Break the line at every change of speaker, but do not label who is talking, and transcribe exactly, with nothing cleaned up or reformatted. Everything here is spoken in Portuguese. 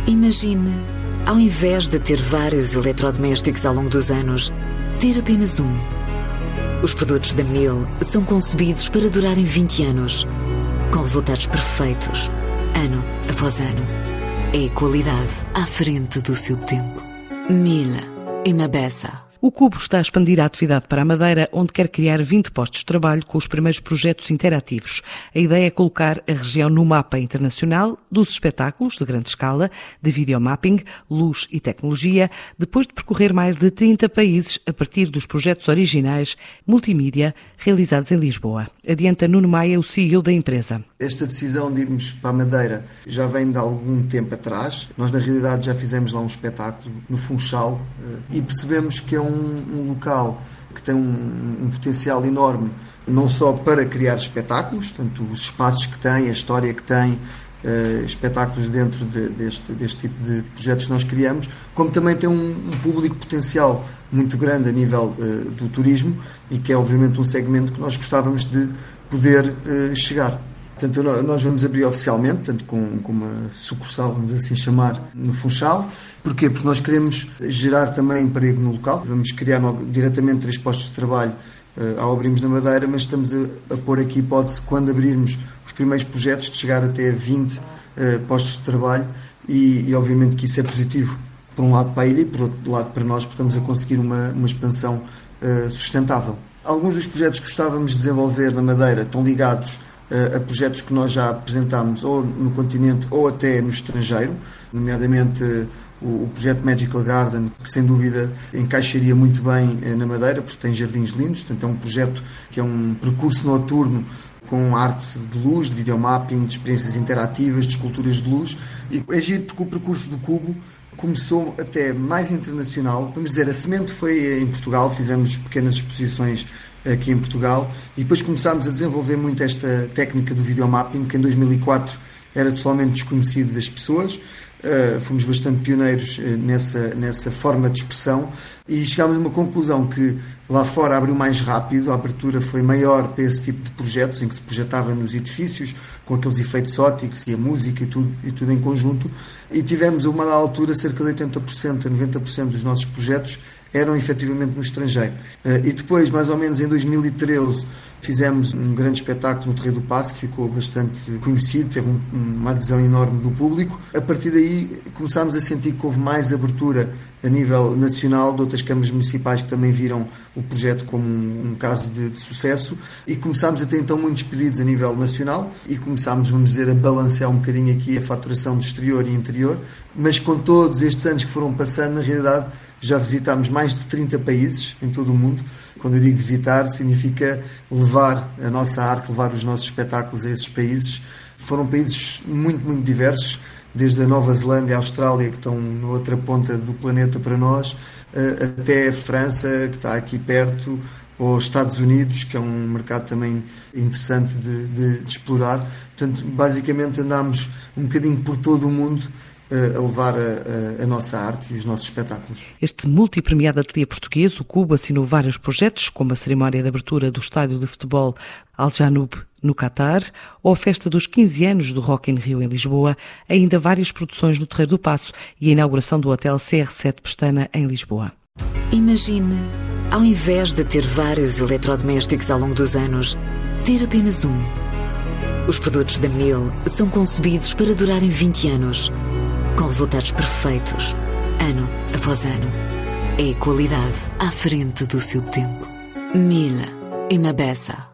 Imagine, ao invés de ter vários eletrodomésticos ao longo dos anos, ter apenas um. Os produtos da Miele são concebidos para durarem vinte anos, com resultados perfeitos, ano após ano. É qualidade à frente do seu tempo. Miele e Mabessa.
O Cubo está a expandir a atividade para a Madeira, onde quer criar vinte postos de trabalho com os primeiros projetos interativos. A ideia é colocar a região no mapa internacional dos espetáculos de grande escala, de videomapping, luz e tecnologia, depois de percorrer mais de trinta países a partir dos projetos originais multimídia realizados em Lisboa. Adianta Nuno Maia, o C E O da empresa.
Esta decisão de irmos para a Madeira já vem de algum tempo atrás. Nós, na realidade, já fizemos lá um espetáculo no Funchal e percebemos que é um, um local que tem um, um potencial enorme, não só para criar espetáculos, tanto os espaços que tem, a história que tem, uh, espetáculos dentro de, deste, deste tipo de projetos que nós criamos, como também tem um, um público potencial muito grande a nível uh, do turismo e que é, obviamente, um segmento que nós gostávamos de poder uh, chegar. Portanto, nós vamos abrir oficialmente, tanto com, com uma sucursal, vamos assim chamar, no Funchal. Porquê? Porque nós queremos gerar também emprego no local. Vamos criar no, diretamente três postos de trabalho uh, ao abrirmos na Madeira, mas estamos a, a pôr aqui a hipótese, quando abrirmos os primeiros projetos, de chegar até a vinte uh, postos de trabalho e, e, obviamente, que isso é positivo, por um lado, para a ilha e, por outro lado, para nós, porque estamos a conseguir uma, uma expansão uh, sustentável. Alguns dos projetos que gostávamos de desenvolver na Madeira estão ligados a projetos que nós já apresentámos ou no continente ou até no estrangeiro, nomeadamente o projeto Magical Garden, que sem dúvida encaixaria muito bem na Madeira, porque tem jardins lindos. Portanto, é um projeto que é um percurso noturno com arte de luz, de videomapping, de experiências interativas, de esculturas de luz. E é giro porque o percurso do Cubo começou até mais internacional. Vamos dizer, a semente foi em Portugal, fizemos pequenas exposições aqui em Portugal e depois começámos a desenvolver muito esta técnica do videomapping, que em dois mil e quatro era totalmente desconhecido das pessoas. Uh, fomos bastante pioneiros uh, nessa, nessa forma de expressão e chegámos a uma conclusão que lá fora abriu mais rápido, a abertura foi maior para esse tipo de projetos, em que se projetava nos edifícios, com aqueles efeitos ópticos e a música e tudo, e tudo em conjunto, e tivemos a uma altura cerca de oitenta por cento a noventa por cento dos nossos projetos eram efetivamente no estrangeiro. E depois, mais ou menos em dois mil e treze, fizemos um grande espetáculo no Terreiro do Paço, que ficou bastante conhecido, teve um, uma adesão enorme do público. A partir daí começámos a sentir que houve mais abertura a nível nacional, de outras câmaras municipais que também viram o projeto como um, um caso de, de sucesso, e começámos a ter então muitos pedidos a nível nacional e começámos, vamos dizer, a balancear um bocadinho aqui a faturação de exterior e interior, mas com todos estes anos que foram passando, na realidade, já visitámos mais de trinta países em todo o mundo. Quando eu digo visitar, significa levar a nossa arte, levar os nossos espetáculos a esses países. Foram países muito, muito diversos, desde a Nova Zelândia, a Austrália, que estão na outra ponta do planeta para nós, até a França, que está aqui perto, ou os Estados Unidos, que é um mercado também interessante de, de, de explorar. Portanto, basicamente andámos um bocadinho por todo o mundo a levar a, a, a nossa arte e os nossos espetáculos.
Este multipremiado ateliê português, o Cubo, assinou vários projetos, como a cerimónia de abertura do estádio de futebol Al Janoub, no Catar, ou a festa dos quinze anos do Rock in Rio, em Lisboa, ainda várias produções no Terreiro do Paço e a inauguração do hotel C R sete Pestana, em Lisboa.
Imagine, ao invés de ter vários eletrodomésticos ao longo dos anos, ter apenas um. Os produtos da Miele são concebidos para durarem vinte anos, com resultados perfeitos, ano após ano. É qualidade à frente do seu tempo. Miele e Mabessa.